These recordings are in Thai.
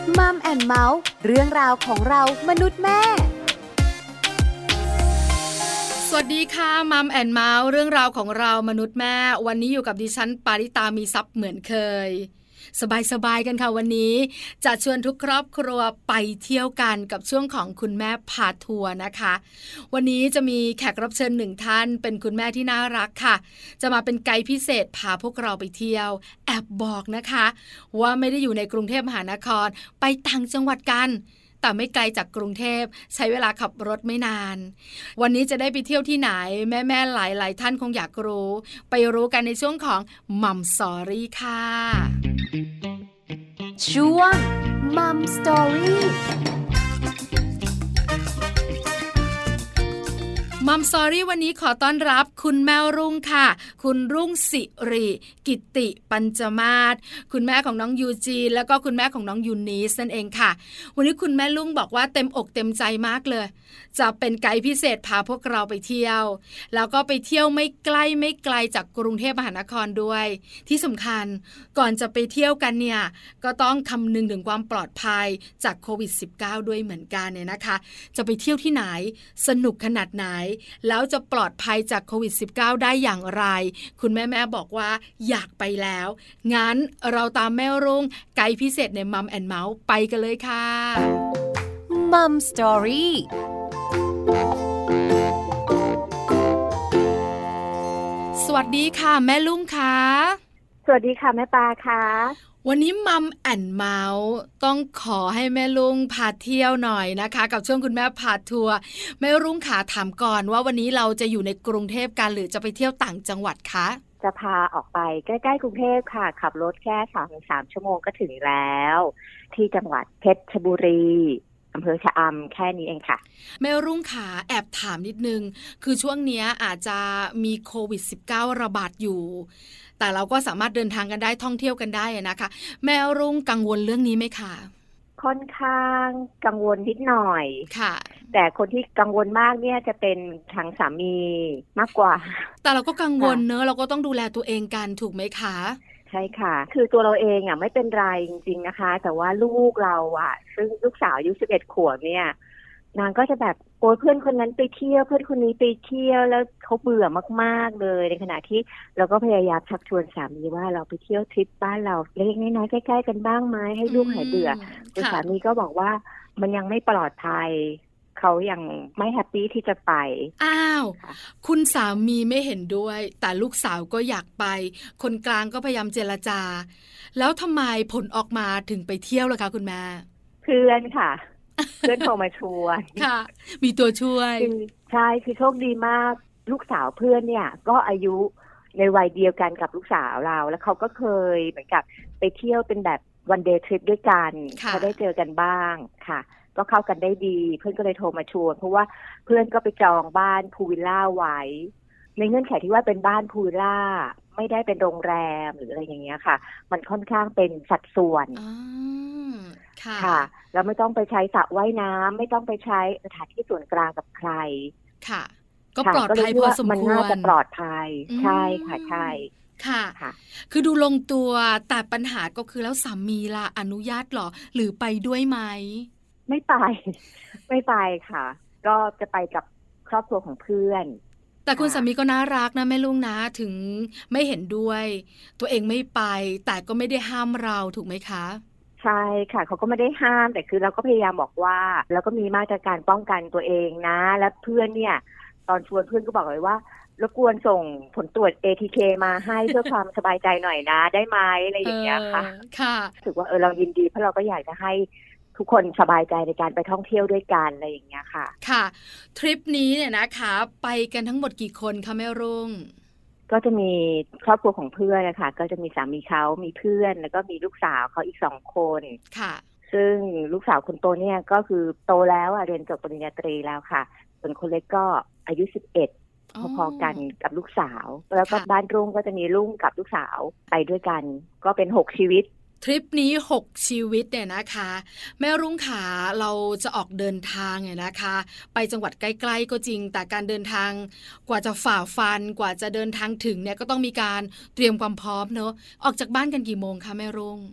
มัมแอนด์เมาส์เรื่องราวของเรามนุษย์แม่สวัสดีค่ะมัมแอนด์เมาส์เรื่องราวของเรามนุษย์แม่วันนี้อยู่กับดิฉันปาริตามีซัพ์เหมือนเคยสบายๆกันค่ะวันนี้จะชวนทุกครอบครัวไปเที่ยวกันกับช่วงของคุณแม่พาทัวร์นะคะวันนี้จะมีแขกรับเชิญหนึ่งท่านเป็นคุณแม่ที่น่ารักค่ะจะมาเป็นไกด์พิเศษพาพวกเราไปเที่ยวแอบบอกนะคะว่าไม่ได้อยู่ในกรุงเทพมหานครไปต่างจังหวัดกันแต่ไม่ไกลจากกรุงเทพใช้เวลาขับรถไม่นานวันนี้จะได้ไปเที่ยวที่ไหนแม่ๆหลายๆท่านคงอยากรู้ไปรู้กันในช่วงของมัมสอรี่ค่ะช่วงมัมสตอรี่มัมสอรี่วันนี้ขอต้อนรับคุณแม่รุ่งค่ะคุณรุ่งสิริกิตติปัญจมาศคุณแม่ของน้องยูจีนแล้วก็คุณแม่ของน้องยูนิสนั่นเองค่ะวันนี้คุณแม่รุ่งบอกว่าเต็มอกเต็มใจมากเลยจะเป็นไกด์พิเศษพาพวกเราไปเที่ยวแล้วก็ไปเที่ยวไม่ใกล้ไม่ไกลจากกรุงเทพมหานครด้วยที่สำคัญก่อนจะไปเที่ยวกันเนี่ยก็ต้องคำนึงถึงความปลอดภัยจากโควิด -19 ด้วยเหมือนกันเนี่ยนะคะจะไปเที่ยวที่ไหนสนุกขนาดไหนแล้วจะปลอดภัยจากโควิด -19 ได้อย่างไรคุณแม่บอกว่าอยากไปแล้วงั้นเราตามแม่รุ่งไกด์พิเศษในมัมแอนด์เมาส์ไปกันเลยค่ะมัมสตอรี่สวัสดีค่ะแม่ลุงค่ะสวัสดีค่ะแม่ปลาค่ะวันนี้มัมแอนด์เมาส์ต้องขอให้แม่ลุงพาเที่ยวหน่อยนะคะกับช่วงคุณแม่พาทัวร์แม่ลุงขาถามก่อนว่าวันนี้เราจะอยู่ในกรุงเทพกันหรือจะไปเที่ยวต่างจังหวัดคะจะพาออกไปใกล้ๆกรุงเทพค่ะขับรถแค่3 ชั่วโมงก็ถึงแล้วที่จังหวัดเพชรบุรีอำเภอชะอำแค่นี้เองค่ะแม่รุ่งขาแอบถามนิดนึงคือช่วงนี้อาจจะมีโควิด -19 ระบาดอยู่แต่เราก็สามารถเดินทางกันได้ท่องเที่ยวกันได้นะคะแม่รุ่งกังวลเรื่องนี้ไหมคะค่อนข้างกังวลนิดหน่อยค่ะแต่คนที่กังวลมากเนี่ยจะเป็นทางสามีมากกว่าแต่เราก็กังวลเนอะเราก็ต้องดูแลตัวเองกันถูกไหมคะใช่ค่ะคือตัวเราเองไม่เป็นไรจริงๆนะคะแต่ว่าลูกเราซึ่งลูกสาวอายุ11 ขวบเนี่ยนางก็จะแบบโอ้ยเพื่อนคนนั้นไปเที่ยวเพื่อนคนนี้ไปเที่ยวแล้วเขาเบื่อมากๆเลยในขณะที่เราก็พยายามชักชวนสามีว่าเราไปเที่ยวทริปบ้านเราเล็กๆน้อยๆใกล้ๆกันบ้างไหมให้ลูกหายเบื่อคุณสามีก็บอกว่ามันยังไม่ปลอดภัยเขายังไม่แฮปปี้ที่จะไปอ้าวคุณสามีไม่เห็นด้วยแต่ลูกสาวก็อยากไปคนกลางก็พยายามเจรจาแล้วทำไมผลออกมาถึงไปเที่ยวล่ะคะคุณแม่เพื่อนค่ะเพื่อนโทรมาชวนค่ะมีตัวช่วยใช่คือโชคดีมากลูกสาวเพื่อนเนี่ยก็อายุในวัยเดียวกันกับลูกสาวเราแล้วเขาก็เคยเหมือนกับไปเที่ยวเป็นแบบวันเดย์ทริปด้วยกันเขาได้เจอกันบ้างค่ะก็เข้ากันได้ดีเพื่อนก็เลยโทรมาชวนเพราะว่าเพื่อนก็ไปจองบ้านพูลวิลล่าไว้ในเงื่อนไขที่ว่าเป็นบ้านพูลวิลล่าไม่ได้เป็นโรงแรมหรืออะไรอย่างเงี้ยค่ะมันค่อนข้างเป็นสัดส่วนค่ะแล้วไม่ต้องไปใช้สระว่ายน้ำไม่ต้องไปใช้สถานที่ส่วนกลางกับใครค่ะก็ปลอดภัยพอสมควรมันน่าจะปลอดภัยใช่ค่ะใช่ค่ะคือดูลงตัวแต่ปัญหาก็คือแล้วสามีล่ะอนุญาตหรอหรือไปด้วยไหมไม่ไปค่ะก็จะไปกับครอบครัวของเพื่อนแต่คุณสามีก็น่ารักนะแม่ลุงนะถึงไม่เห็นด้วยตัวเองไม่ไปแต่ก็ไม่ได้ห้ามเราถูกไหมคะใช่ค่ะเขาก็ไม่ได้ห้ามแต่คือเราก็พยายามบอกว่าแล้วก็มีมาตรการป้องกันตัวเองนะและเพื่อนเนี่ยตอนชวนเพื่อนก็บอกเลยว่ารบกวนส่งผลตรวจ ATK มาให้เพื่อความสบายใจหน่อยนะได้ไหมอะไรอย่างเงี้ยค่ะรู้สึกว่าเรายินดีเพราะเราก็อยากจะให้ทุกคนสบายใจในการไปท่องเที่ยวด้วยกันอะไรอย่างเงี้ยค่ะค่ะทริปนี้เนี่ยนะคะไปกันทั้งหมดกี่คนคะแม่รุ่งก็จะมีครอบครัวของเพื่อนนะคะก็จะมีสามีเขามีเพื่อนแล้วก็มีลูกสาวเขาอีก2 คนค่ะซึ่งลูกสาวคนโตเนี่ยก็คือโตแล้วเรียนจบปริญญาตรีแล้วค่ะส่วนคนเล็กก็อายุ11พอๆกันกับลูกสาวแล้วก็บ้านรุ่งก็จะมีลุงกับลูกสาวไปด้วยกันก็เป็น6 ชีวิตทริปนี้6ชีวิตเนี่ยนะคะแม่รุ่งขาเราจะออกเดินทางเนี่ยนะคะไปจังหวัดใกล้ๆก็จริงแต่การเดินทางกว่าจะฝ่าฟันกว่าจะเดินทางถึงเนี่ยก็ต้องมีการเตรียมความพร้อมเนอะออกจากบ้านกันกี่โมงคะแม่รุ่ง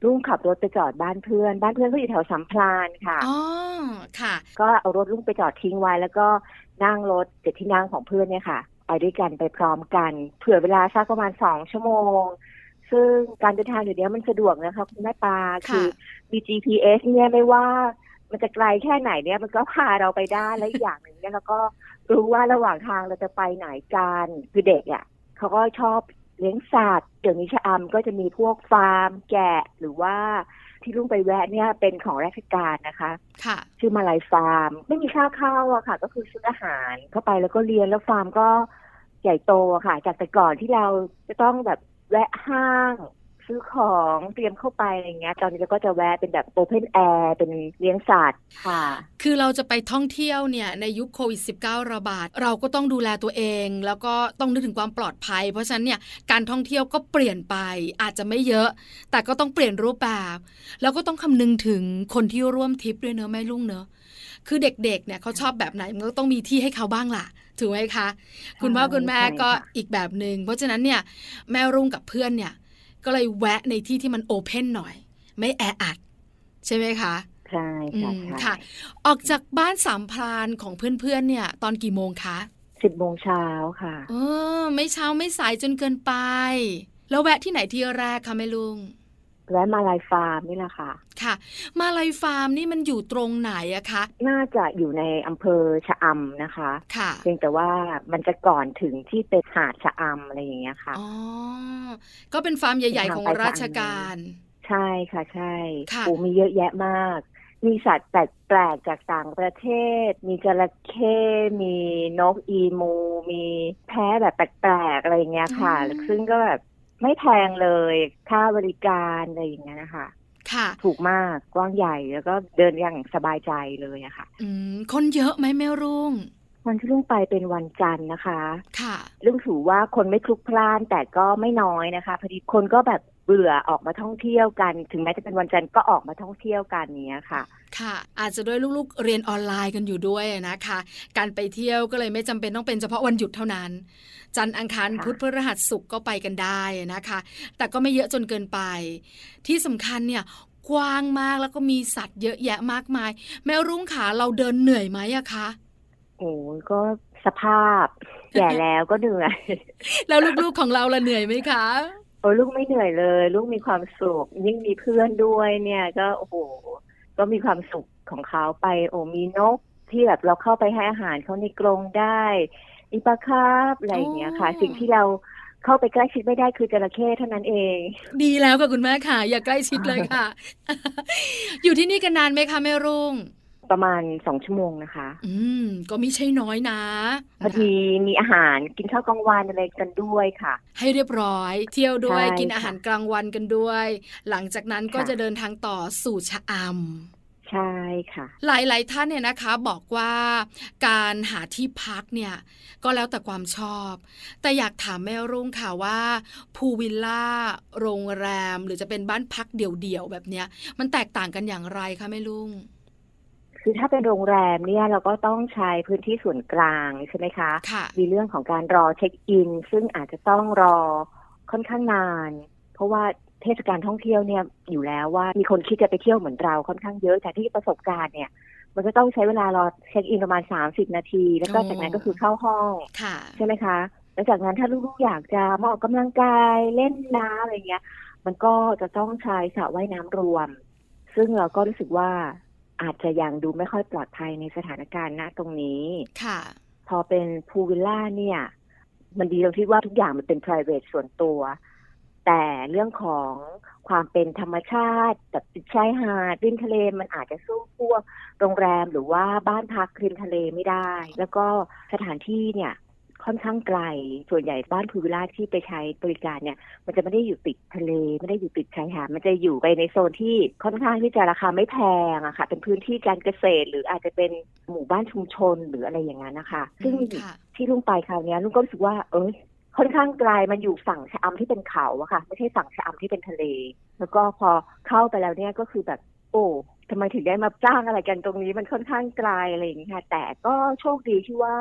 รุ่งขับรถไปจอดบ้านเพื่อนก็อยู่แถวสามพรานค่ะอ๋อค่ะก็เอารถรุ่งไปจอดทิ้งไว้แล้วก็นั่งรถ7ที่นั่งของเพื่อนเนี่ยค่ะไปด้วยกันไปพร้อมกันเผื่อเวลาสักประมาณ2ชั่วโมงซึ่งการเดินทางอยู่เนี้ยมันสะดวกนะคะคุณแม่ปาคือมี GPS เนี่ยไม่ว่ามันจะไกลแค่ไหนเนี่ยมันก็พาเราไปได้และอีกอย่างหนึ่งเนี่ยเราก็รู้ว่าระหว่างทางเราจะไปไหนกันคือเด็กอ่ะเขาก็ชอบเลี้ยงสัตว์เดี๋ยวนี้ชะอำก็จะมีพวกฟาร์มแกะหรือว่าที่ลุงไปแวะเนี่ยเป็นของราชการนะคะค่ะชื่อมาลายฟาร์มไม่มีค่าเข้าอะค่ะก็คือซื้ออาหารเข้าไปแล้วก็เรียนแล้วฟาร์มก็ใหญ่โตค่ะจากแต่ก่อนที่เราจะต้องแบบแวะห้างซื้อของเตรียมเข้าไปอะไรเงี้ยตอนนี้เราก็จะแวะเป็นแบบโอเพนแอร์เป็นเลี้ยงสัตว์ค่ะคือเราจะไปท่องเที่ยวเนี่ยในยุคโควิด -19 ระบาดเราก็ต้องดูแลตัวเองแล้วก็ต้องนึกถึงความปลอดภัยเพราะฉะนั้นเนี่ยการท่องเที่ยวก็เปลี่ยนไปอาจจะไม่เยอะแต่ก็ต้องเปลี่ยนรูปแบบแล้วก็ต้องคำนึงถึงคนที่ร่วมทริปด้วยเนอะแม่ลุงเนอะคือเด็กๆเนี่ยเขาชอบแบบไหนมันก็ต้องมีที่ให้เขาบ้างล่ะถูกไหมคะคุณพ่อคุณแม่ก็อีกแบบนึงเพราะฉะนั้นเนี่ยแม่รุ่งกับเพื่อนเนี่ยก็เลยแวะในที่ที่มันโอเพ่นหน่อยไม่แออัดใช่ไหมคะใช่ค่ะออกจากบ้านสามพรานของเพื่อนๆเนี่ยตอนกี่โมงคะ 10 โมงเช้าค่ะไม่เช้าไม่สายจนเกินไปแล้วแวะที่ไหนที่แรกคะแม่ลุงแวะมาลายฟาร์มนี่แหละค่ะค่ะมาลายฟาร์มนี่มันอยู่ตรงไหนอะคะน่าจะอยู่ในอำเภอชะอำนะคะค่ะเพียงแต่ว่ามันจะก่อนถึงที่เป็นหาดชะอำอะไรอย่างเงี้ยค่ะอ๋อก็เป็นฟาร์มใหญ่ๆของราชการใช่ค่ะใช่โอ้มีเยอะแยะมากมีสัตว์แปลกๆจากต่างประเทศมีจระเข้มีนกอีมูมีแพะแบบแปลกๆอะไรอย่างเงี้ยค่ะซึ่งก็แบบไม่แพงเลยค่าบริการอะไรอย่างเงี้ยนะคะค่ะถูกมากกว้างใหญ่แล้วก็เดินอย่างสบายใจเลยอะค่ะคนเยอะไหมแม่รุ่งวันที่ลุงไปเป็นวันจันทร์นะคะค่ะลุงถือว่าคนไม่พลุกพล่านแต่ก็ไม่น้อยนะคะพอดีคนก็แบบเบื่อออกมาท่องเที่ยวกันถึงแม้จะเป็นวันจันทร์ก็ออกมาท่องเที่ยวกันเนี้ยค่ะค่ะอาจจะด้วยลูกๆเรียนออนไลน์กันอยู่ด้วยนะคะการไปเที่ยวก็เลยไม่จำเป็นต้องเป็นเฉพาะวันหยุดเท่านั้นจันทร์อังคารพุธพฤหัสศุกร์ก็ไปกันได้นะคะแต่ก็ไม่เยอะจนเกินไปที่สำคัญเนี่ยกว้างมากแล้วก็มีสัตว์เยอะแยะมากมายแม่รุ่งขาเราเดินเหนื่อยไหมอะคะโอ้ก็สภาพแก่แล้วก็เหนื่อยแล้วลูกๆของเราละเหนื่อยไหมคะโอ้ลูกไม่เหนื่อยเลยลูกมีความสุขยิ่งมีเพื่อนด้วยเนี่ยก็โอ้โหก็มีความสุขของเขาไปโอ้มีนกที่แบบเราเข้าไปให้อาหารเขาในกรงได้อีปลาคาร์ฟอะไรอย่างเงี้ยค่ะสิ่งที่เราเข้าไปใกล้ชิดไม่ได้คือจระเข้เท่านั้นเองดีแล้วค่ะคุณแม่ค่ะอย่าใกล้ชิดเลยค่ะ อยู่ที่นี่กันนานไหมคะแม่รุ่งประมาณ2 ชั่วโมงนะคะก็ไม่ใช่น้อยนะพอดีมีอาหารกินข้าวกลางวันอะไรกันด้วยค่ะให้เรียบร้อยเที่ยวด้วยกินอาหารกลางวันกันด้วยหลังจากนั้นก็จะเดินทางต่อสู่ชะอำใช่ค่ะหลายๆท่านเนี่ยนะคะบอกว่าการหาที่พักเนี่ยก็แล้วแต่ความชอบแต่อยากถามแม่รุ่งค่ะว่าพูลวิลล่าโรงแรมหรือจะเป็นบ้านพักเดี่ยวๆแบบเนี้ยมันแตกต่างกันอย่างไรคะแม่รุ่งคือถ้าเป็นโรงแรมเนี่ยเราก็ต้องใช้พื้นที่ส่วนกลางใช่ไหมคะมีเรื่องของการรอเช็คอินซึ่งอาจจะต้องรอค่อนข้างนานเพราะว่าเทศกาลท่องเที่ยวเนี่ยอยู่แล้วว่ามีคนคิดจะไปเที่ยวเหมือนเราค่อนข้างเยอะแต่ที่ประสบการณ์เนี่ยมันก็ต้องใช้เวลารอเช็คอินประมาณ30 นาทีแล้วก็จากนั้นก็คือเข้าห้องใช่ไหมคะแล้วจากนั้นถ้าลูกๆอยากจะมาออกกำลังกายเล่นน้ำอะไรเงี้ยมันก็จะต้องใช้สระว่ายน้ำรวมซึ่งเราก็รู้สึกว่าอาจจะยังดูไม่ค่อยปลอดภัยในสถานการณ์ณตรงนี้ค่ะพอเป็นพูลวิลล่าเนี่ยมันดีตรงที่ว่าทุกอย่างมันเป็น private ส่วนตัวแต่เรื่องของความเป็นธรรมชาติแบบติดชายหาดริมทะเลมันอาจจะสู้พวกโรงแรมหรือว่าบ้านพักริมทะเลไม่ได้แล้วก็สถานที่เนี่ยค่อนข้างไกลส่วนใหญ่บ้านพูลวิลล่าที่ไปใช้บริการเนี่ยมันจะไม่ได้อยู่ติดทะเลไม่ได้อยู่ติดชายหาดมันจะอยู่ไปในโซนที่ค่อนข้างที่จะราคาไม่แพงอะค่ะเป็นพื้นที่การเกษตรหรืออาจจะเป็นหมู่บ้านชุมชนหรืออะไรอย่างนั้นนะคะซึ่งที่ลุงไปคราวนี้ลุงก็รู้สึกว่าค่อนข้างไกลมันอยู่ฝั่งชะอำที่เป็นเขาอะค่ะไม่ใช่ฝั่งชะอำที่เป็นทะเลแล้วก็พอเข้าไปแล้วเนี่ยก็คือแบบโอ้ทำไมถึงได้มาจ้างอะไรกันตรงนี้มันค่อนข้างไกลอะไรอย่างนี้ค่ะแต่ก็โชคดีที่ว่า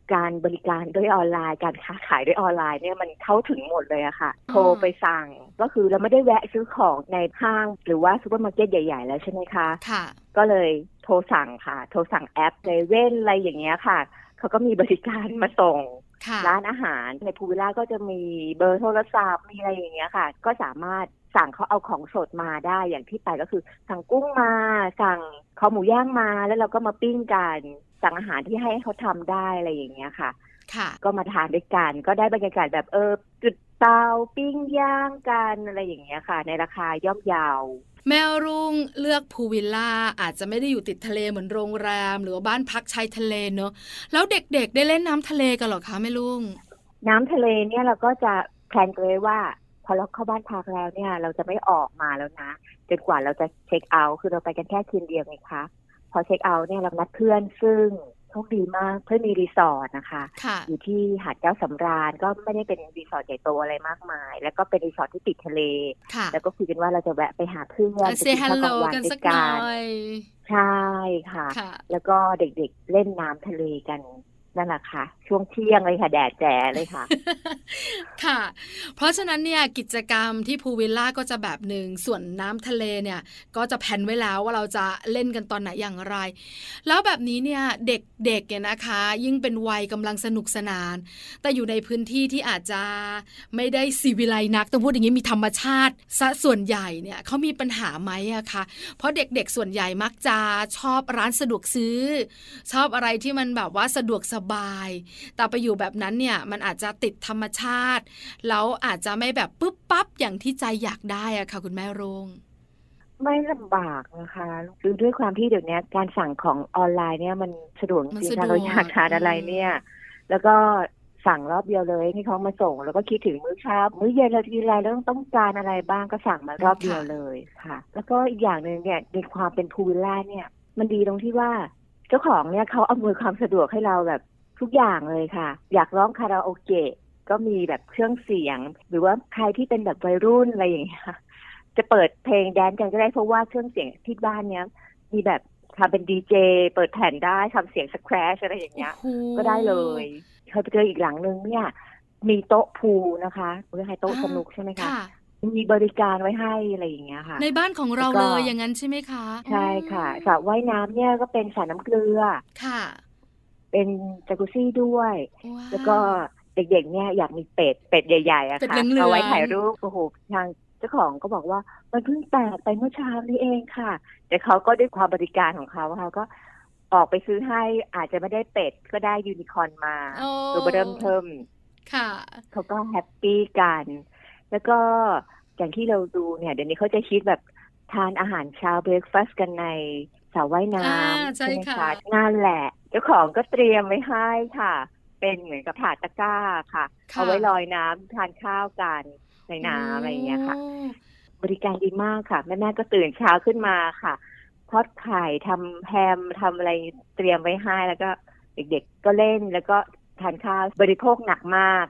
การบริการด้วยออนไลน์การค้าขายด้วยออนไลน์เนี่ยมันเข้าถึงหมดเลยอะค่ะโทรไปสั่งก็คือเราไม่ได้แวะซื้อของในห้างหรือว่าซูเปอร์มาร์เก็ตใหญ่ๆแล้วใช่ไหมคะค่ะก็เลยโทรสั่งค่ะโทรสั่งแอปเซเว่นอะไรอย่างเงี้ยค่ะเขาก็มีบริการมาส่งร้านอาหารในพูลวิลล่าก็จะมีเบอร์โทรศัพท์มีอะไรอย่างเงี้ยค่ะก็สามารถสั่งเขาเอาของสดมาได้อย่างที่ไปก็คือสั่งกุ้งมาสั่งคอหมูย่างมาแล้วเราก็มาปิ้งกันสั่งอาหารที่ให้เขาทำได้อะไรอย่างเงี้ยค่ะก็มาทานด้วยกันก็ได้บรรยากาศแบบจุดเตาปิ้งย่างกันอะไรอย่างเงี้ยค่ะในราคาย่อมเยาแมวรุ่งเลือกพูลวิลล่าอาจจะไม่ได้อยู่ติดทะเลเหมือนโรงแรมหรือว่าบ้านพักชายทะเลเนอะแล้วเด็กๆได้เล่นน้ำทะเลกันหรอคะแม่ลุงน้ำทะเลเนี่ยเราก็จะแพลนไว้ว่าพอเราเข้าบ้านพักแล้วเนี่ยเราจะไม่ออกมาแล้วนะจนกว่าเราจะเช็คเอาท์คือเราไปกันแค่คืนเดียวไงคะพอเช็คเอาท์เนี่ยเรานัดเพื่อนซึ่งโชคดีมากเพื่อนมีรีสอร์ทนะคะอยู่ที่หาดเจ้าสำราญก็ไม่ได้เป็นรีสอร์ทใหญ่โตอะไรมากมายแล้วก็เป็นรีสอร์ทที่ติดทะเลแล้วก็คุยกันว่าเราจะแวะไปหาเพื่อนไปกินข้าวกลางวันด้วยกันใช่ค่ะแล้วก็เด็กๆเล่นน้ำทะเลกันนั่นแหละค่ะช่วงเที่ยงเลยค่ะแดดแจ๋เลยค่ะค่ะเพราะฉะนั้นเนี่ยกิจกรรมที่พูลวิลล่าก็จะแบบนึงส่วนน้ำทะเลเนี่ยก็จะแผนไว้แล้วว่าเราจะเล่นกันตอนไหนอย่างไรแล้วแบบนี้เนี่ยเด็กๆเนี่ยนะคะยิ่งเป็นวัยกำลังสนุกสนานแต่อยู่ในพื้นที่ที่อาจจะไม่ได้ศิวิไลนักต้องพูดอย่างนี้มีธรรมชาติซะส่วนใหญ่เนี่ยเขามีปัญหาไหมอะคะเพราะเด็กๆส่วนใหญ่มักจะชอบร้านสะดวกซื้อชอบอะไรที่มันแบบว่าสะดวกสบายแต่ไปอยู่แบบนั้นเนี่ยมันอาจจะติดธรรมชาติแล้วอาจจะไม่แบบปึ๊บปั๊บอย่างที่ใจอยากได้อะค่ะคุณแม่รุ่งไม่ลำบากนะคะคือด้วยความที่เดี๋ยวนี้การสั่งของออนไลน์เนี่ยมันสะดวกจริงๆเราอยากทานอะไรเนี่ยแล้วก็สั่งรอบเดียวเลยให้เขามาส่งแล้วก็คิดถึงมื้อเช้ามื้อเย็นเราทีไรแล้วต้องการอะไรบ้างก็สั่งมารอบเดียวเลยค่ะแล้วก็อีกอย่างนึงเนี่ยในความเป็นพูลวิลล่าเนี่ยมันดีตรงที่ว่าเจ้าของเนี่ยเขาอำนวยความสะดวกให้เราแบบทุกอย่างเลยค่ะอยากร้องคาราโอเกะก็มีแบบเครื่องเสียงหรือว่าใครที่เป็นแบบวัยรุ่นอะไรอย่างเงี้ยจะเปิดเพลงแดนซ์กันก็ได้เพราะว่าเครื่องเสียงที่บ้านเนี้ยมีแบบทำเป็นดีเจเปิดแผ่นได้ทำเสียงสแครชอะไรอย่างเงี้ยก็ได้เลยเคยไปเจออีกหลังนึงเนี่ยมีโต๊ะพูลนะคะเรียกให้โต๊ะสนุกใช่ไหมคะมีบริการไว้ให้อะไรอย่างเงี้ยค่ะในบ้านของเราเลยอย่างนั้นใช่ไหมคะใช่ค่ะสระว่ายน้ำเนี่ยก็เป็นสระน้ำเกลือค่ะเป็นจากุซี่ด้วยแล้วก็เด็กๆเนี่ยอยากมีเป็ดใหญ่ๆอะค่ะเอาไว้ถ่ายรูปโอ้โหทางเจ้าของก็บอกว่ามันเพิ่งแตกไปเมื่อเช้านี้เองค่ะแต่เขาก็ด้วยความบริการของเขาก็ออกไปซื้อให้อาจจะไม่ได้เป็ดก็ได้ยูนิคอร์นมาตัวเริ่มเทิมค่ะเขาก็แฮปปี้กันแล้วก็อย่างที่เราดูเนี่ยเดี๋ยวนี้เขาจะคิดแบบทานอาหารเช้าเบรคฟาสต์กันในสระว่ายน้ำใช่ไหมคะนั่นแหละเจ้าของก็เตรียมไว้ให้ค่ะเป็นเหมือนกับถาดตะกร้าค่ะเอาไว้ลอยน้ำทานข้าวกันในน้ำอะไรอย่างเงี้ยค่ะบริการดีมากค่ะแม่ๆก็ตื่นเช้าขึ้นมาค่ะทอดไข่ทำแฮมทำอะไรเตรียมไว้ให้แล้วก็เด็กๆก็เล่นแล้วก็ทานข้าวบริโภคหนักมาก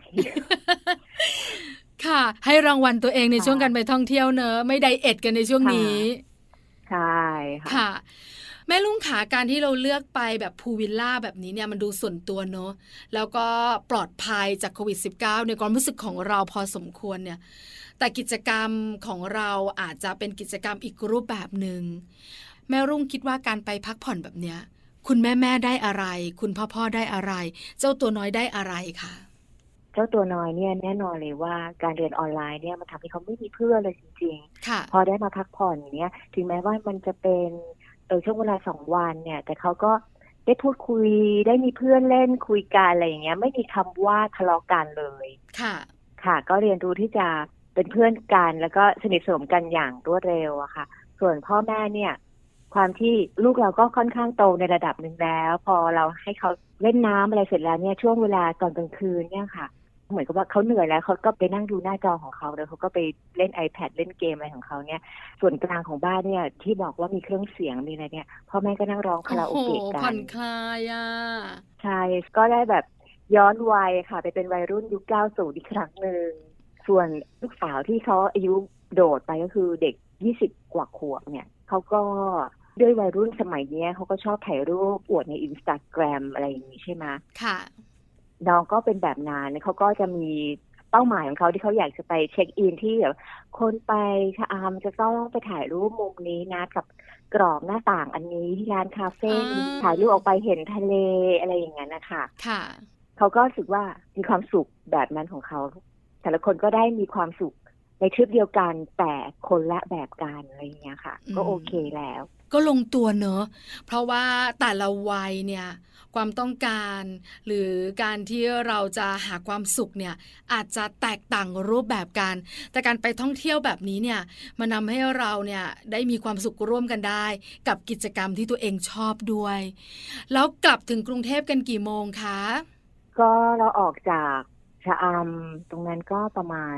ค่ะให้รางวัลตัวเองในช่วงการไปท่องเที่ยวเนอะไม่ไดเอทกันในช่วงนี้ใช่ค่ะแม่ลุงขาการที่เราเลือกไปแบบพูลวิลล่าแบบนี้เนี่ยมันดูส่วนตัวเนอะแล้วก็ปลอดภัยจากโควิด -19 ในความรู้สึกของเราพอสมควรเนี่ยแต่กิจกรรมของเราอาจจะเป็นกิจกรรมอีกรูปแบบนึงแม่รุ่งคิดว่าการไปพักผ่อนแบบเนี้ยคุณแม่ได้อะไรคุณพ่อได้อะไรเจ้าตัวน้อยได้อะไรคะเจ้าตัวน้อยเนี่ยแน่นอนเลยว่าการเรียนออนไลน์เนี่ยมันทำให้เขาไม่มีเพื่อนเลยจริงๆพอได้มาพักผ่อนเนี่ยถึงแม้ว่ามันจะเป็นช่วงเวลา2 วันเนี่ยแต่เขาก็ได้พูดคุยได้มีเพื่อนเล่นคุยกันอะไรอย่างเงี้ยไม่มีคำว่าทะเลาะกันเลยค่ะก็เรียนรู้ที่จะเป็นเพื่อนกันแล้วก็สนิทสนมกันอย่างรวดเร็วอะค่ะส่วนพ่อแม่เนี่ยความที่ลูกเราก็ค่อนข้างโตในระดับหนึ่งแล้วพอเราให้เขาเล่นน้ำอะไรเสร็จแล้วเนี่ยช่วงเวลาตอนกลางคืนเนี่ยค่ะเหมือนกับว่าเขาเหนื่อยแล้วเขาก็ไปนั่งดูหน้าจอของเขาแล้วเขาก็ไปเล่น iPad เล่นเกมอะไรของเขาเนี่ยส่วนกลางของบ้านเนี่ยที่บอกว่ามีเครื่องเสียงมีอะไรเนี่ยพ่อแม่ก็นั่งร้องคาราโอเกะกันผ่อนคลายอ่ะใช่ก็ได้แบบย้อนวัยค่ะไปเป็นวัยรุ่นยุค90อีกครั้งนึงส่วนลูกสาวที่เขาอายุโดดไปก็คือเด็ก20 กว่าขวบเนี่ยเขาก็ด้วยวัยรุ่นสมัยนี้เขาก็ชอบถ่ายรูปอวดใน Instagram อะไรอย่างนี้ใช่ไหมค่ะน้องก็เป็นแบบนั้นเขาก็จะมีเป้าหมายของเขาที่เขาอยากจะไปเช็คอินที่แบบคนไปชะอำจะต้องไปถ่ายรูปมุมนี้นะกับกรอบหน้าต่างอันนี้ที่ร้านคาเฟ่ถ่ายรูปออกไปเห็นทะเลอะไรอย่างเงี้ยนะคะค่ะเขาก็รู้สึกว่ามีความสุขแบบนั้นของเขาแต่ละคนก็ได้มีความสุขในทริปเดียวกันแต่คนละแบบกันอะไรอย่างเงี้ยค่ะก็โอเคแล้วก็ลงตัวเนอะเพราะว่าแต่ละวัยเนี่ยความต้องการหรือการที่เราจะหาความสุขเนี่ยอาจจะแตกต่างรูปแบบกันแต่การไปท่องเที่ยวแบบนี้เนี่ยมันทำให้เราเนี่ยได้มีความสุขร่วมกันได้กับกิจกรรมที่ตัวเองชอบด้วยแล้วกลับถึงกรุงเทพกันกี่โมงคะก็เราออกจากชะอำตรงนั้นก็ประมาณ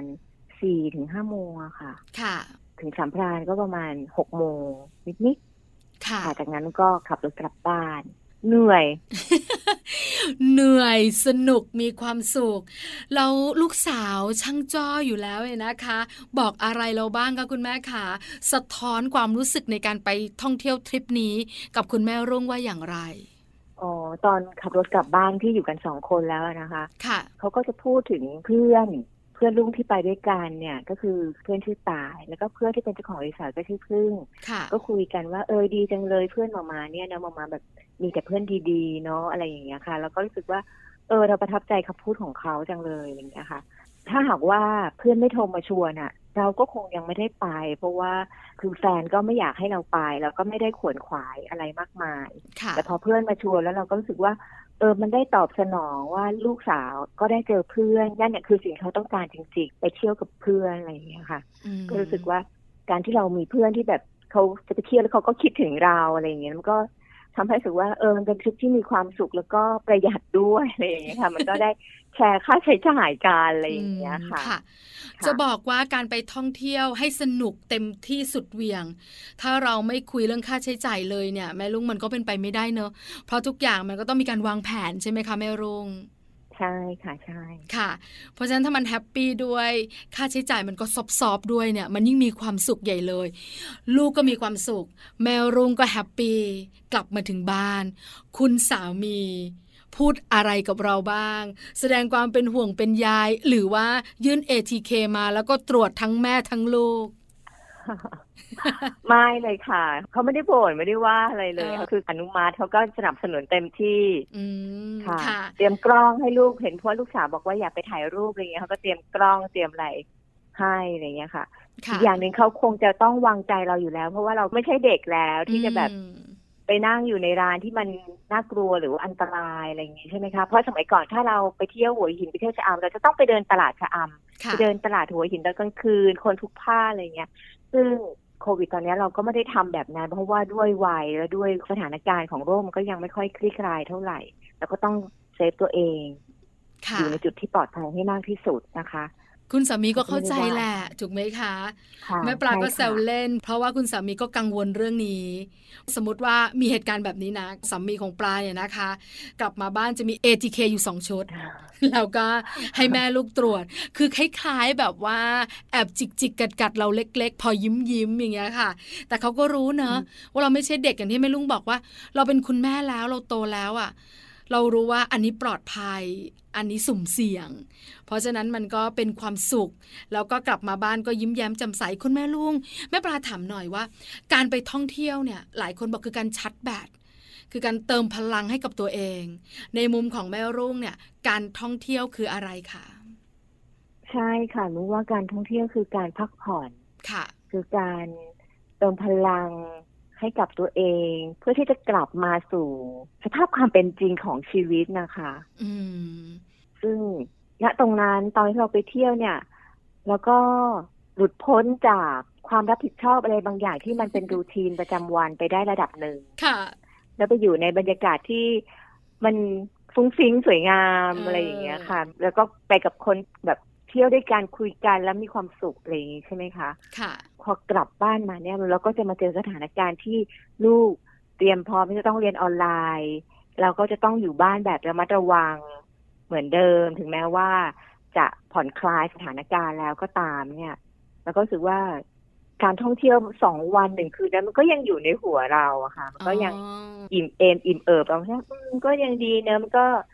4-5 โมงอะค่ะค่ะถึงสามพรานก็ประมาณ6 โมงนิดๆค่ะจากนั้นก็ขับรถกลับบ้านเหนื่อยเหนื่อยสนุกมีความสุขแล้วลูกสาวช่างจ้ออยู่แล้วเลยนะคะบอกอะไรเราบ้างคะคุณแม่คะสะท้อนความรู้สึกในการไปท่องเที่ยวทริปนี้กับคุณแม่รุ่งว่าอย่างไรอ๋อตอนขับรถกลับบ้านที่อยู่กัน2 คนแล้วนะคะค่ะเขาก็จะพูดถึงเพื่อนลุงที่ไปด้วยกันเนี่ยก็คือเพื่อนชื่อตายแล้วก็เพื่อนที่เป็นเจ้าของรีสอร์ทก็ชื่อพึ่งก็คุยกันว่าดีจังเลยเพื่อนมาเนี่ยนะมาแบบมีแต่เพื่อนดีๆเนาะอะไรอย่างเงี้ยค่ะแล้วก็รู้สึกว่าเราประทับใจคำพูดของเขาจังเลยอย่างเงี้ยค่ะถ้าหากว่าเพื่อนไม่โทรมาชวนอ่ะเราก็คงยังไม่ได้ไปเพราะว่าคือแฟนก็ไม่อยากให้เราไปแล้วก็ไม่ได้ขวนขวายอะไรมากมายแต่พอเพื่อนมาชวนแล้วเราก็รู้สึกว่ามันได้ตอบสนองว่าลูกสาวก็ได้เจอเพื่อนนั่นเนี่ยคือสิ่งเขาต้องการจริงๆไปเที่ยวกับเพื่อนอะไรอย่างเงี้ยค่ะก็รู้สึกว่าการที่เรามีเพื่อนที่แบบเขาจะไปเที่ยวแล้วเขาก็คิดถึงเราอะไรอย่างเงี้ยมันก็ทำให้รู้สึกว่ามันเป็นทริปที่มีความสุขแล้วก็ประหยัดด้วยอะไรอย่างเงี้ยค่ะมันก็ได้แชร์ค่าใช้จ่ายกันอะไรอย่างเงี้ยค่ะจะบอกว่าการไปท่องเที่ยวให้สนุกเต็มที่สุดเหวี่ยงถ้าเราไม่คุยเรื่องค่าใช้จ่ายเลยเนี่ยแม่ลุงมันก็เป็นไปไม่ได้เนอะเพราะทุกอย่างมันก็ต้องมีการวางแผนใช่ไหมคะแม่ลุงใช่ค่ะใช่ค่ะเพราะฉะนั้นถ้ามันแฮปปี้ด้วยค่าใช้จ่ายมันก็ซอบๆด้วยเนี่ยมันยิ่งมีความสุขใหญ่เลยลูกก็มีความสุขแม่ลุงก็แฮปปี้กลับมาถึงบ้านคุณสามีพูดอะไรกับเราบ้างแสดงความเป็นห่วงเป็นใยหรือว่ายื่น ATK มาแล้วก็ตรวจทั้งแม่ทั้งลูกไม่เลยค่ะเขาไม่ได้บ่นไม่ได้ว่าอะไรเลยคืออนุมัติเขาก็สนับสนุนเต็มที่ค่ะเตรียมกล้องให้ลูกเห็นเพราะลูกสาวบอกว่าอยากไปถ่ายรูปอะไรเงี้ยเขาก็เตรียมกล้องเตรียมอะไรให้อะไรเงี้ยค่ะอีกอย่างนึงเขาคงจะต้องวางใจเราอยู่แล้วเพราะว่าเราไม่ใช่เด็กแล้วที่จะแบบไปนั่งอยู่ในร้านที่มันน่ากลัวหรือว่าอันตรายอะไรอย่างงี้ใช่ไหมคะเพราะสมัยก่อนถ้าเราไปเที่ยวหัวหินไปเที่ยวชะอำเราจะต้องไปเดินตลาดชะอำไปเดินตลาดหัวหินตอนกลางคืนคนพลุกพล่านอะไรเงี้ยซึ่งโควิดตอนนี้เราก็ไม่ได้ทำแบบนั้นเพราะว่าด้วยวัยและด้วยสถานการณ์ของโรคมันก็ยังไม่ค่อยคลี่คลายเท่าไหร่แล้วก็ต้องเซฟตัวเองอยู่ในจุดที่ปลอดภัยให้มากที่สุดนะคะคุณสามีก็เข้าใจแหละถูกไหมคะแม่ปลาก็แซวเล่นเพราะว่าคุณสามีก็กังวลเรื่องนี้สมมติว่ามีเหตุการณ์แบบนี้นะสามีของปลาเนี่ยนะคะกลับมาบ้านจะมี ATK อยู่2 ชุดแล้วก็ให้แม่ลูกตรวจคือคล้ายๆแบบว่าแอบจิกกัดเราเล็กๆพอยิ้มอย่างเงี้ยค่ะแต่เขาก็รู้เนอะว่าเราไม่ใช่เด็กอย่างที่แม่ลุงบอกว่าเราเป็นคุณแม่แล้วเราโตแล้วอ่ะเรารู้ว่าอันนี้ปลอดภัยอันนี้สุ่มเสี่ยงเพราะฉะนั้นมันก็เป็นความสุขแล้วก็กลับมาบ้านก็ยิ้มแย้มแจ่มใสคุณแม่ลุงแม่ปลาถามหน่อยว่าการไปท่องเที่ยวเนี่ยหลายคนบอกคือการชาร์จแบตคือการเติมพลังให้กับตัวเองในมุมของแม่รุ่งเนี่ยการท่องเที่ยวคืออะไรคะใช่ค่ะรู้ว่าการท่องเที่ยวคือการพักผ่อนค่ะคือการเติมพลังให้กับตัวเองเพื่อที่จะกลับมาสู่สภาพความเป็นจริงของชีวิตนะคะซึ่งณตรงนั้นตอนที่เราไปเที่ยวเนี่ยแล้วก็หลุดพ้นจากความรับผิดชอบอะไรบางอย่างที่มันเป็นรูทีนประจำวันไปได้ระดับหนึ่งค่ะแล้วไปอยู่ในบรรยากาศที่มันฟุ้งฟิ้งสวยงามอะไรอย่างเงี้ยค่ะแล้วก็ไปกับคนแบบเที่ยวด้วยกันคุยกันแล้วมีความสุขอะไรอย่างงี้ใช่ไหมคะค่ะพอกลับบ้านมาเนี่ยเราก็จะมาเจอสถานการณ์ที่ลูกเตรียมพร้อมที่จะต้องเรียนออนไลน์เราก็จะต้องอยู่บ้านแบบระมัดระวังเหมือนเดิมถึงแม้ว่าจะผ่อนคลายสถานการณ์แล้วก็ตามเนี่ยแล้วก็รู้สึกว่าการท่องเที่ยว2 วัน1 คืนนั้นมันก็ยังอยู่ในหัวเราอะค่ะมันก็ยังอิ่มเอิบเราใช่ก็ยังดีเนอะมันก็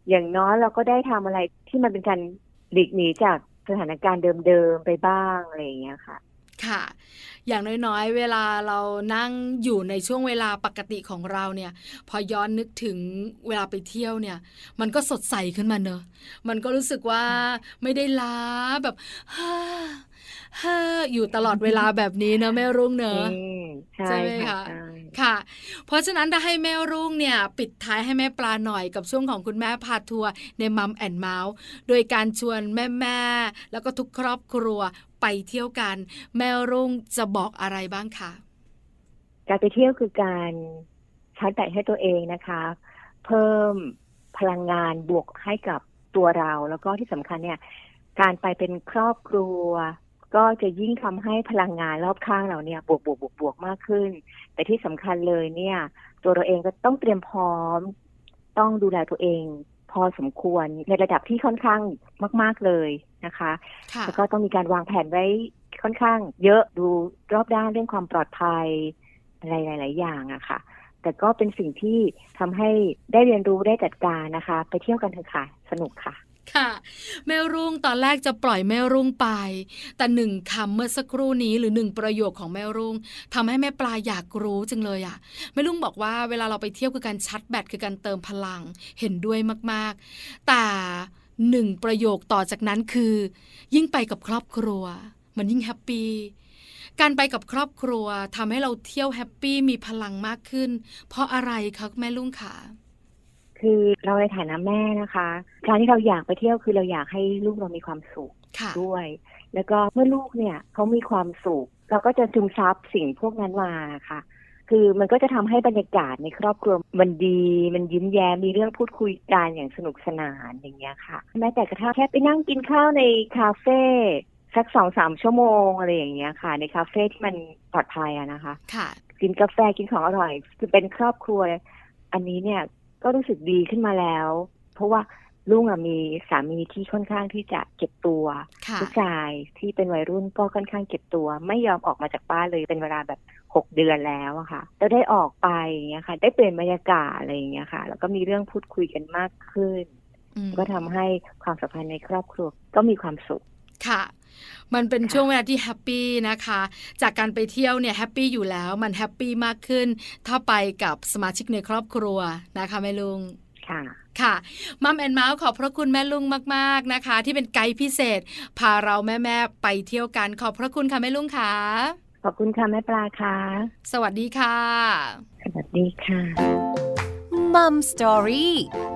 อย่างน้อยเราก็ได้ทำอะไรที่มันเป็นการหลีกหนีจากสถานการณ์เดิมๆไปบ้างอะไรอย่างเงี้ยค่ะค่ะอย่างน้อยๆเวลาเรานั่งอยู่ในช่วงเวลาปกติของเราเนี่ยพอย้อนนึกถึงเวลาไปเที่ยวเนี่ยมันก็สดใสขึ้นมาเนอะมันก็รู้สึกว่าไม่ได้ล้าแบบฮ่าฮ่าอยู่ตลอดเวลาแบบนี้เนอะแม่รุ่งเนอะใช่ไหมคะค่ะเพราะฉะนั้นถ้าให้แม่รุ่งเนี่ยปิดท้ายให้แม่ปลาหน่อยกับช่วงของคุณแม่พาทัวร์ในมัมแอนด์เมาส์โดยการชวนแม่ๆแล้วก็ทุกครอบครัวไปเที่ยวกันแม่รุ่งจะบอกอะไรบ้างคะการไปเที่ยวคือการชาร์จแบตให้ตัวเองนะคะเพิ่มพลังงานบวกให้กับตัวเราแล้วก็ที่สำคัญเนี่ยการไปเป็นครอบครัวก็จะยิ่งทำให้พลังงานรอบข้างเราเนี่ยบวกมากขึ้นแต่ที่สำคัญเลยเนี่ยตัวเราเองก็ต้องเตรียมพร้อมต้องดูแลตัวเองพอสมควรในระดับที่ค่อนข้างมากๆเลยนะคะแล้วก็ต้องมีการวางแผนไว้ค่อนข้างเยอะดูรอบด้านเรื่องความปลอดภัยอะไรหลายๆอย่างอะค่ะแต่ก็เป็นสิ่งที่ทำให้ได้เรียนรู้ได้จัดการนะคะไปเที่ยวกันเถอะค่ะสนุกค่ะค่ะแม่รุ่งตอนแรกจะปล่อยแม่รุ่งไปแต่หนึ่งคำเมื่อสักครู่นี้หรือหนึ่งประโยคของแม่รุ่งทำให้แม่ปลาอยากรู้จังเลยอ่ะแม่รุ่งบอกว่าเวลาเราไปเที่ยวคือการชาร์จแบตคือการเติมพลังเห็นด้วยมากๆแต่หนึ่งประโยคต่อจากนั้นคือยิ่งไปกับครอบครัวมันยิ่งแฮปปี้การไปกับครอบครัวทำให้เราเที่ยวแฮปปี้มีพลังมากขึ้นเพราะอะไรคะแม่รุ่งคะคือเราในฐานะแม่นะคะการที่เราอยากไปเที่ยวคือเราอยากให้ลูกเรามีความสุขด้วยแล้วก็เมื่อลูกเนี่ยเขามีความสุขเราก็จะซึมซับสิ่งพวกนั้นมาค่ะคือมันก็จะทำให้บรรยากาศในครอบครัวมันดีมันยิ้มแย้มมีเรื่องพูดคุยกันอย่างสนุกสนานอย่างเงี้ยค่ะแม้แต่กระทั่งแค่ไปนั่งกินข้าวในคาเฟ่สัก 2-3 ชั่วโมงอะไรอย่างเงี้ยค่ะในคาเฟ่ที่มันปลอดภัยอะนะคะกินกาแฟกินของอร่อยคือเป็นครอบครัวอันนี้เนี่ยก็รู้สึกดีขึ้นมาแล้วเพราะว่าลุงมีสามีที่ค่อนข้างที่จะเก็บตัวผู้ชายที่เป็นวัยรุ่นก็ค่อนข้างเก็บตัวไม่ยอมออกมาจากบ้านเลยเป็นเวลาแบบ6 เดือนแล้วอะค่ะแล้วได้ออกไปอย่างเงี้ยค่ะได้เปลี่ยนบรรยากาศอะไรอย่างเงี้ยค่ะแล้วก็มีเรื่องพูดคุยกันมากขึ้นก็ทำให้ความสัมพันธ์ในครอบครัวก็มีความสุขค่ะมันเป็นช่วงเวลาที่แฮปปี้นะคะจากการไปเที่ยวเนี่ยแฮปปี้อยู่แล้วมันแฮปปี้มากขึ้นถ้าไปกับสมาชิกในครอบครัวนะคะแม่ลุงค่ะมัมแอนด์เมาส์ขอบพระคุณแม่ลุงมากๆนะคะที่เป็นไกด์พิเศษพาเราแม่ๆไปเที่ยวกันขอบพระคุณค่ะแม่ลุงค่ะขอบคุณค่ะแม่ปลาค่ะสวัสดีค่ะสวัสดีค่ะมัมสตอรี่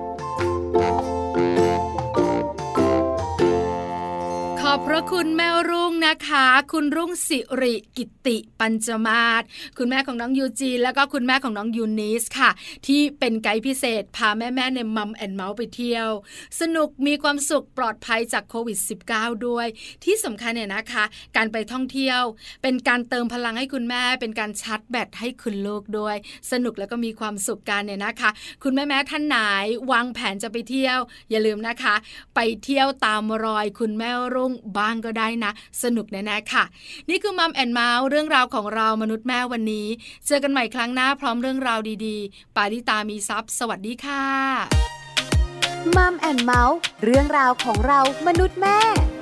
ขอบพระคุณแม่รุ่งนะคะคุณรุ่งสิริกิตติปัญจมาศคุณแม่ของน้องยูจีนแล้วก็คุณแม่ของน้องยูนิสค่ะที่เป็นไกด์พิเศษพาแม่ๆในมัมแอนด์เมาส์ไปเที่ยวสนุกมีความสุขปลอดภัยจากโควิด -19 ด้วยที่สำคัญเนี่ยนะคะการไปท่องเที่ยวเป็นการเติมพลังให้คุณแม่เป็นการชาร์จแบตให้คุณลูกด้วยสนุกแล้วก็มีความสุขกันเนี่ยนะคะคุณแม่ๆท่านไหนวางแผนจะไปเที่ยวอย่าลืมนะคะไปเที่ยวตามรอยคุณแม่รุ่งบ้างก็ได้นะสนุกแน่ๆค่ะนี่คือมัมแอนด์เมาส์เรื่องราวของเรามนุษย์แม่วันนี้เจอกันใหม่ครั้งหน้าพร้อมเรื่องราวดีๆปาริตามีทรัพย์สวัสดีค่ะมัมแอนด์เมาส์เรื่องราวของเรามนุษย์แม่